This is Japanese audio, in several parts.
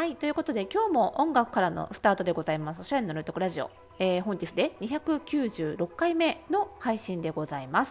はい、ということで今日も音楽からのスタートでございます。おしゃれのルートクラジオ、本日で296回目の配信でございます。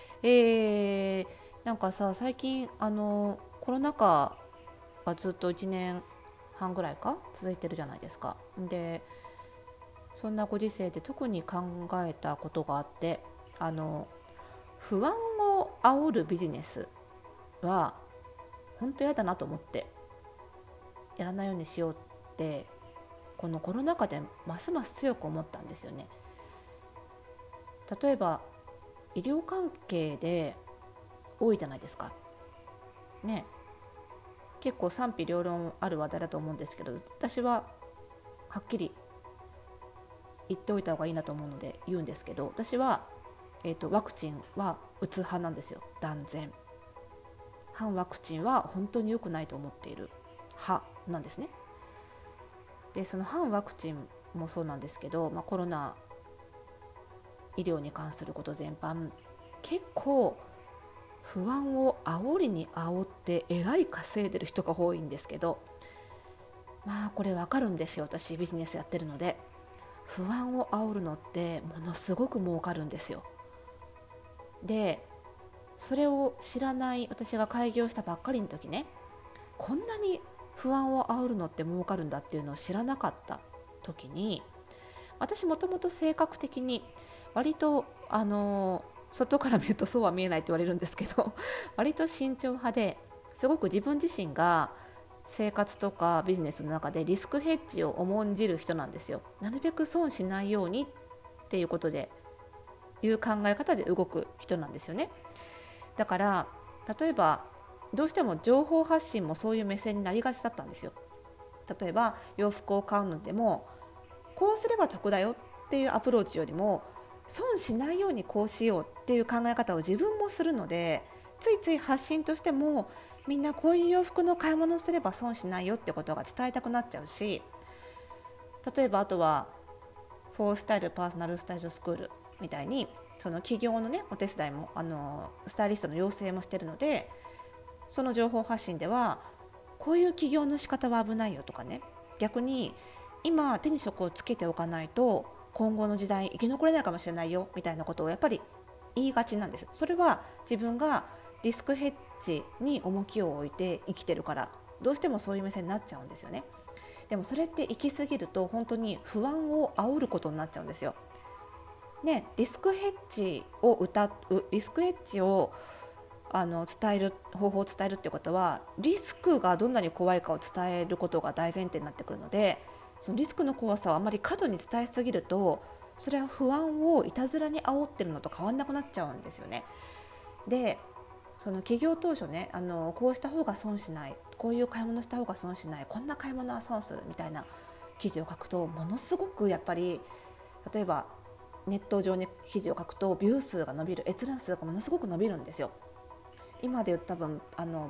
なんかさ、最近コロナ禍がずっと1年半ぐらいか続いてるじゃないですか。で、そんなご時世で特に考えたことがあって、不安を煽るビジネスは本当嫌だなと思ってやらないようにしようってこのコロナ禍でますます強く思ったんですよね。例えば医療関係で多いじゃないですかね。結構賛否両論ある話題だと思うんですけど、私ははっきり言っておいた方がいいなと思うので言うんですけど、私は、ワクチンは打つ派なんですよ。断然反ワクチンは本当に良くないと思っている派なんですね。で、その反ワクチンもそうなんですけど、コロナ医療に関すること全般結構不安を煽りに煽ってえらい稼いでる人が多いんですけど、これわかるんですよ。私ビジネスやってるので、不安を煽るのってものすごく儲かるんですよ。で、それを知らない私が開業したばっかりの時ね、こんなに不安を煽るのって儲かるんだっていうのを知らなかった時に、私もともと性格的に割と外から見るとそうは見えないって言われるんですけど割と慎重派ですごく自分自身が生活とかビジネスの中でリスクヘッジを重んじる人なんですよ。なるべく損しないようにっていうことでいう考え方で動く人なんですよね。だから例えばどうしても情報発信もそういう目線になりがちだったんですよ。例えば洋服を買うのでもこうすれば得だよっていうアプローチよりも損しないようにこうしようっていう考え方を自分もするので、ついつい発信としてもみんなこういう洋服の買い物をすれば損しないよってことが伝えたくなっちゃうし、例えばあとはフォースタイルパーソナルスタイルスクールみたいにその企業のねお手伝いもスタイリストの養成もしてるので、その情報発信ではこういう起業の仕方は危ないよとかね、逆に今手に職をつけておかないと今後の時代生き残れないかもしれないよみたいなことをやっぱり言いがちなんです。それは自分がリスクヘッジに重きを置いて生きてるからどうしてもそういう目線になっちゃうんですよね。でもそれって行き過ぎると本当に不安を煽ることになっちゃうんですよね。リスクヘッジをリスクヘッジを伝える方法を伝えるっていうことはリスクがどんなに怖いかを伝えることが大前提になってくるので、そのリスクの怖さをあまり過度に伝えすぎるとそれは不安をいたずらに煽ってるのと変わんなくなっちゃうんですよね。で、その起業当初ねこうした方が損しない、こういう買い物した方が損しない、こんな買い物は損するみたいな記事を書くとものすごくやっぱり、例えばネット上に記事を書くとビュー数が伸びる、閲覧数がものすごく伸びるんですよ。今で言うと多分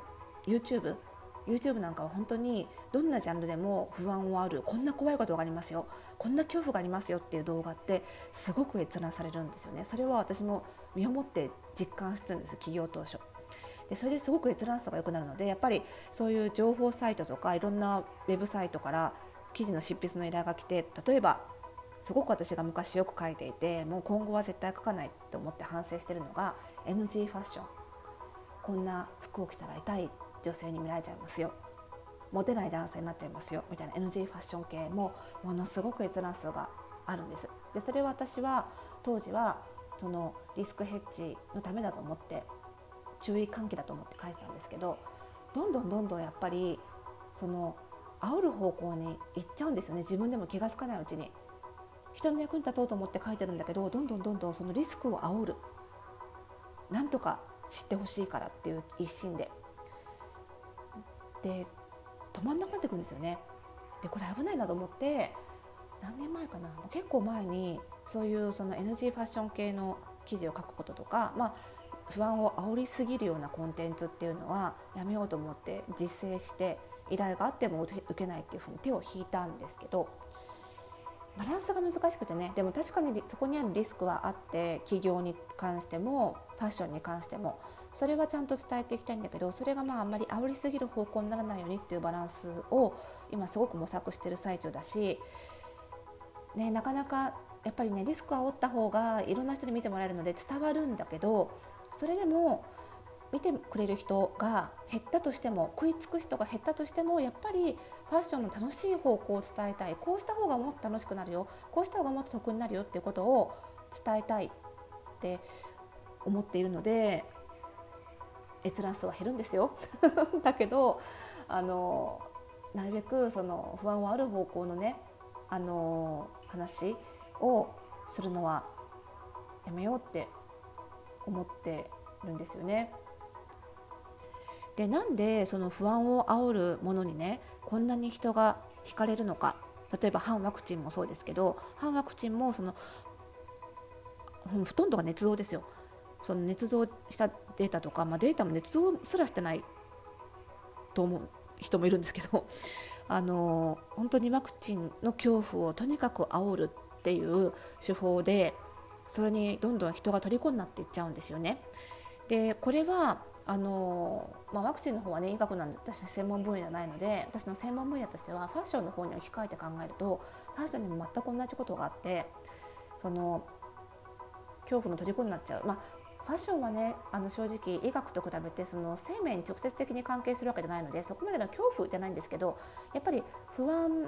YouTube なんかは本当にどんなジャンルでも不安をある、こんな怖いことがありますよ、こんな恐怖がありますよっていう動画ってすごく閲覧されるんですよね。それは私も身をもって実感してるんです、起業当初で。それですごく閲覧数が良くなるので、やっぱりそういう情報サイトとかいろんなウェブサイトから記事の執筆の依頼が来て、例えばすごく私が昔よく書いていてもう今後は絶対書かないと思って反省しているのが NG ファッション、こんな服を着たら痛い女性に見られちゃいますよ、モテない男性になっちゃいますよみたいな NG ファッション系もものすごく閲覧数があるんです。で、それは私は当時はそのリスクヘッジのためだと思って、注意喚起だと思って書いてたんですけど、どんどんやっぱりその煽る方向に行っちゃうんですよね。自分でも気がつかないうちに人の役に立とうと思って書いてるんだけど、どんどんそのリスクを煽る、なんとか知ってほしいからっていう一心で止まんなくなってくるんですよね。で、これ危ないなと思って何年前かな、結構前にそういうその NG ファッション系の記事を書くこととか、不安を煽りすぎるようなコンテンツっていうのはやめようと思って実践して、依頼があっても受けないっていうふうに手を引いたんですけど、バランスが難しくてね。でも確かにそこにあるリスクはあって、企業に関してもファッションに関してもそれはちゃんと伝えていきたいんだけど、それがあんまり煽りすぎる方向にならないようにっていうバランスを今すごく模索してる最中だし、ね、なかなかやっぱりねリスクを煽った方がいろんな人に見てもらえるので伝わるんだけど、それでも見てくれる人が減ったとしても、食いつく人が減ったとしても、やっぱりファッションの楽しい方向を伝えたい、こうした方がもっと楽しくなるよ、こうした方がもっと得になるよっていうことを伝えたいって思っているので、閲覧数は減るんですよだけどなるべくその不安はある方向のね話をするのはやめようって思ってるんですよね。で、なんでその不安を煽るものにねこんなに人が惹かれるのか。例えば反ワクチンもそうですけど、反ワクチンもそのほとんどが捏造ですよ。その捏造したデータとか、データも捏造すらしてないと思う人もいるんですけど本当にワクチンの恐怖をとにかく煽るっていう手法で、それにどんどん人が虜になっていっちゃうんですよね。でこれはワクチンの方はね医学なんで私の専門分野じゃないので、私の専門分野としてはファッションの方に置き換えて考えると、ファッションにも全く同じことがあって、その恐怖の虜になっちゃう、ファッションはね正直医学と比べてその生命に直接的に関係するわけじゃないので、そこまでの恐怖じゃないんですけど、やっぱり不安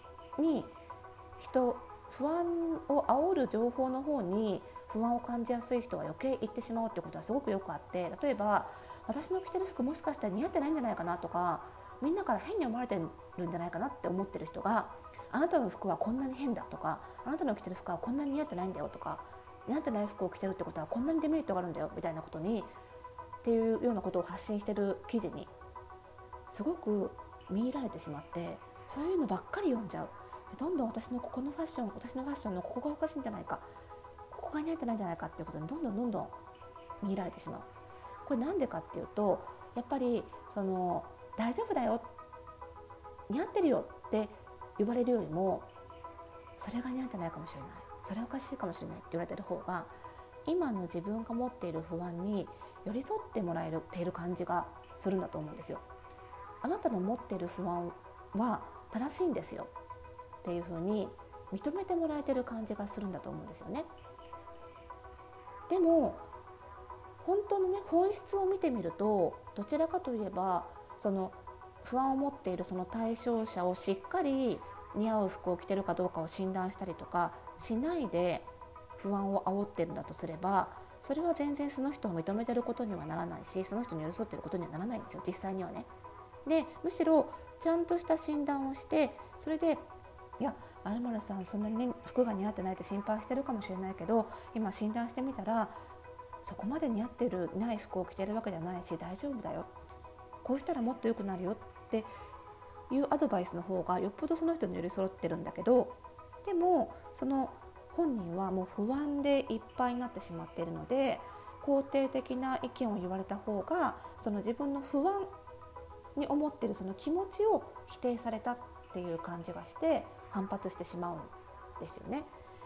を煽る情報の方に不安を感じやすい人は余計言ってしまうってことはすごくよくあって、例えば私の着てる服もしかしたら似合ってないんじゃないかなとか、みんなから変に思われてるんじゃないかなって思ってる人が、あなたの服はこんなに変だとか、あなたの着てる服はこんなに似合ってないんだよとか、似合ってない服を着てるってことはこんなにデメリットがあるんだよみたいなことにっていうようなことを発信してる記事にすごく見入られてしまって、そういうのばっかり読んじゃう。でどんどん私のファッションのここがおかしいんじゃないか、ここが似合ってないんじゃないかっていうことにどんどん見入られてしまう。これなんでかっていうと、やっぱり大丈夫だよ、似合ってるよって言われるよりも、それが似合ってないかもしれない、それはおかしいかもしれないって言われてる方が、今の自分が持っている不安に寄り添ってもらえている感じがするんだと思うんですよ。あなたの持っている不安は正しいんですよっていうふうに認めてもらえてる感じがするんだと思うんですよね。でも本当のね本質を見てみると、どちらかといえばその不安を持っているその対象者をしっかり似合う服を着てるかどうかを診断したりとかしないで不安を煽ってるんだとすれば、それは全然その人を認めてることにはならないし、その人に寄り添ってることにはならないんですよ、実際にはね。でむしろちゃんとした診断をして、それでいや〇〇さんそんなに、ね、服が似合ってないって心配してるかもしれないけど、今診断してみたらそこまで似合ってない服を着てるわけじゃないし大丈夫だよ、こうしたらもっと良くなるよっていうアドバイスの方がよっぽどその人に寄り添ってるんだけど、でもその本人はもう不安でいっぱいになってしまっているので、肯定的な意見を言われた方がその自分の不安に思っているその気持ちを否定されたっていう感じがして反発してしまうんですよね。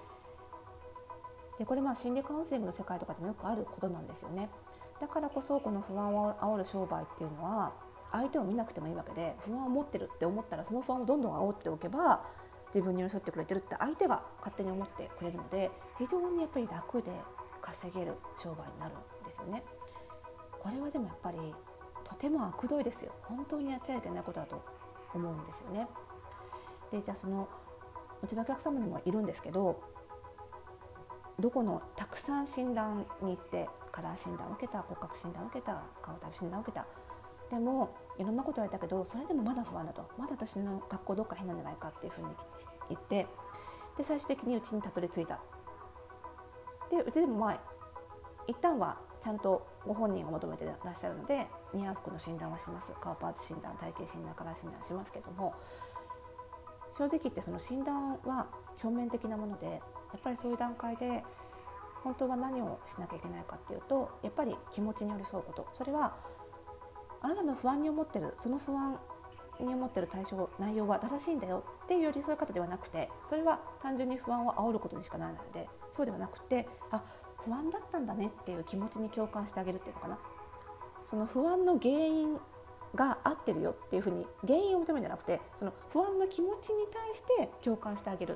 でこれ心理カウンセリングの世界とかでもよくあることなんですよね。だからこそこの不安を煽る商売っていうのは相手を見なくてもいいわけで、不安を持ってるって思ったらその不安をどんどん煽っておけば自分に寄り添ってくれてるって相手が勝手に思ってくれるので、非常にやっぱり楽で稼げる商売になるんですよね。これはでもやっぱりとても悪どいですよ。本当にやっちゃいけないことだと思うんですよね。でじゃあうちのお客様にもいるんですけど、どこのたくさん診断に行ってカラー診断を受けた、骨格診断を受けた、顔タイプ診断を受けた、でもいろんなこと言われたけどそれでもまだ不安だと、まだ私の格好どっか変なんじゃないかっていうふうに言って、で最終的にうちにたどり着いた。でうちでも一旦はちゃんとご本人が求めていらっしゃるので似合う服の診断はします、顔パーツ診断、体型診断、カラー診断しますけども、正直言ってその診断は表面的なもので、やっぱりそういう段階で本当は何をしなきゃいけないかっていうと、やっぱり気持ちに寄り添うこと。それはあなたの不安に思ってる、その不安に思ってる内容は正しいんだよっていう寄り添い方ではなくて、それは単純に不安を煽ることにしかならないので、そうではなくて、不安だったんだねっていう気持ちに共感してあげるっていうのかな。その不安の原因が合ってるよっていうふうに原因を求めるんじゃなくて、その不安な気持ちに対して共感してあげる。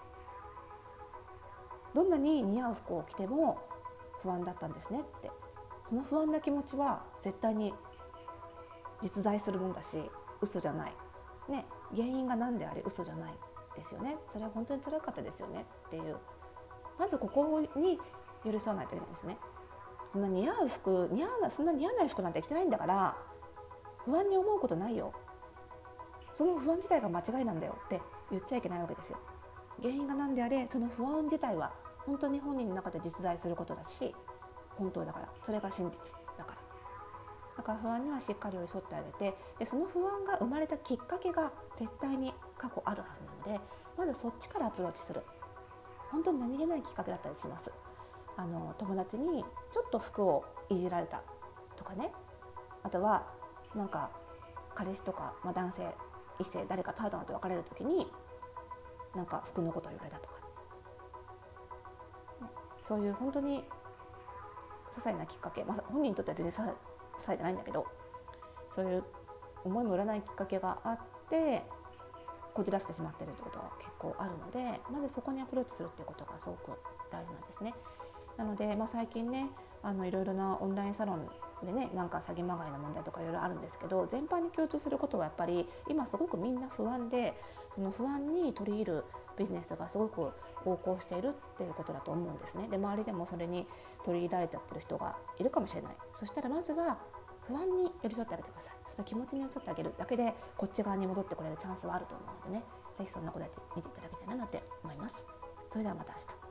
どんなに似合う服を着ても不安だったんですねって、その不安な気持ちは絶対に実在するもんだし嘘じゃない、ね、原因が何であれ嘘じゃないですよね。それは本当に辛かったですよねっていう、まずここに寄り添わないといけないんですね。そんな似合う服そんな似合わない服なんて着てないんだから不安に思うことないよ、その不安自体が間違いなんだよって言っちゃいけないわけですよ。原因が何であれその不安自体は本当に本人の中で実在することだし本当だから、それが真実だから、だから不安にはしっかり寄り添ってあげて、でその不安が生まれたきっかけが絶対に過去あるはずなので、まずそっちからアプローチする。本当に何気ないきっかけだったりします。友達にちょっと服をいじられたとかね、あとはなんか彼氏とか、男性異性誰かパートナーと別れる時になんか服のことを言われたとか、ね、そういう本当に些細なきっかけ、本人にとっては全然些細じゃないんだけど、そういう思いもよらないきっかけがあってこじらせてしまっているということが結構あるので、まずそこにアプローチするっていうことがすごく大事なんですね。なので、最近ねいろいろなオンラインサロンでねなんか詐欺まがいの問題とかいろいろあるんですけど、全般に共通することはやっぱり今すごくみんな不安で、その不安に取り入るビジネスがすごく横行しているっていうことだと思うんですね。で周りでもそれに取り入れられちゃってる人がいるかもしれない。そしたらまずは不安に寄り添ってあげてください。その気持ちに寄り添ってあげるだけでこっち側に戻ってこれるチャンスはあると思うのでね、ぜひそんなことやってみていただきたいなって思います。それではまた明日。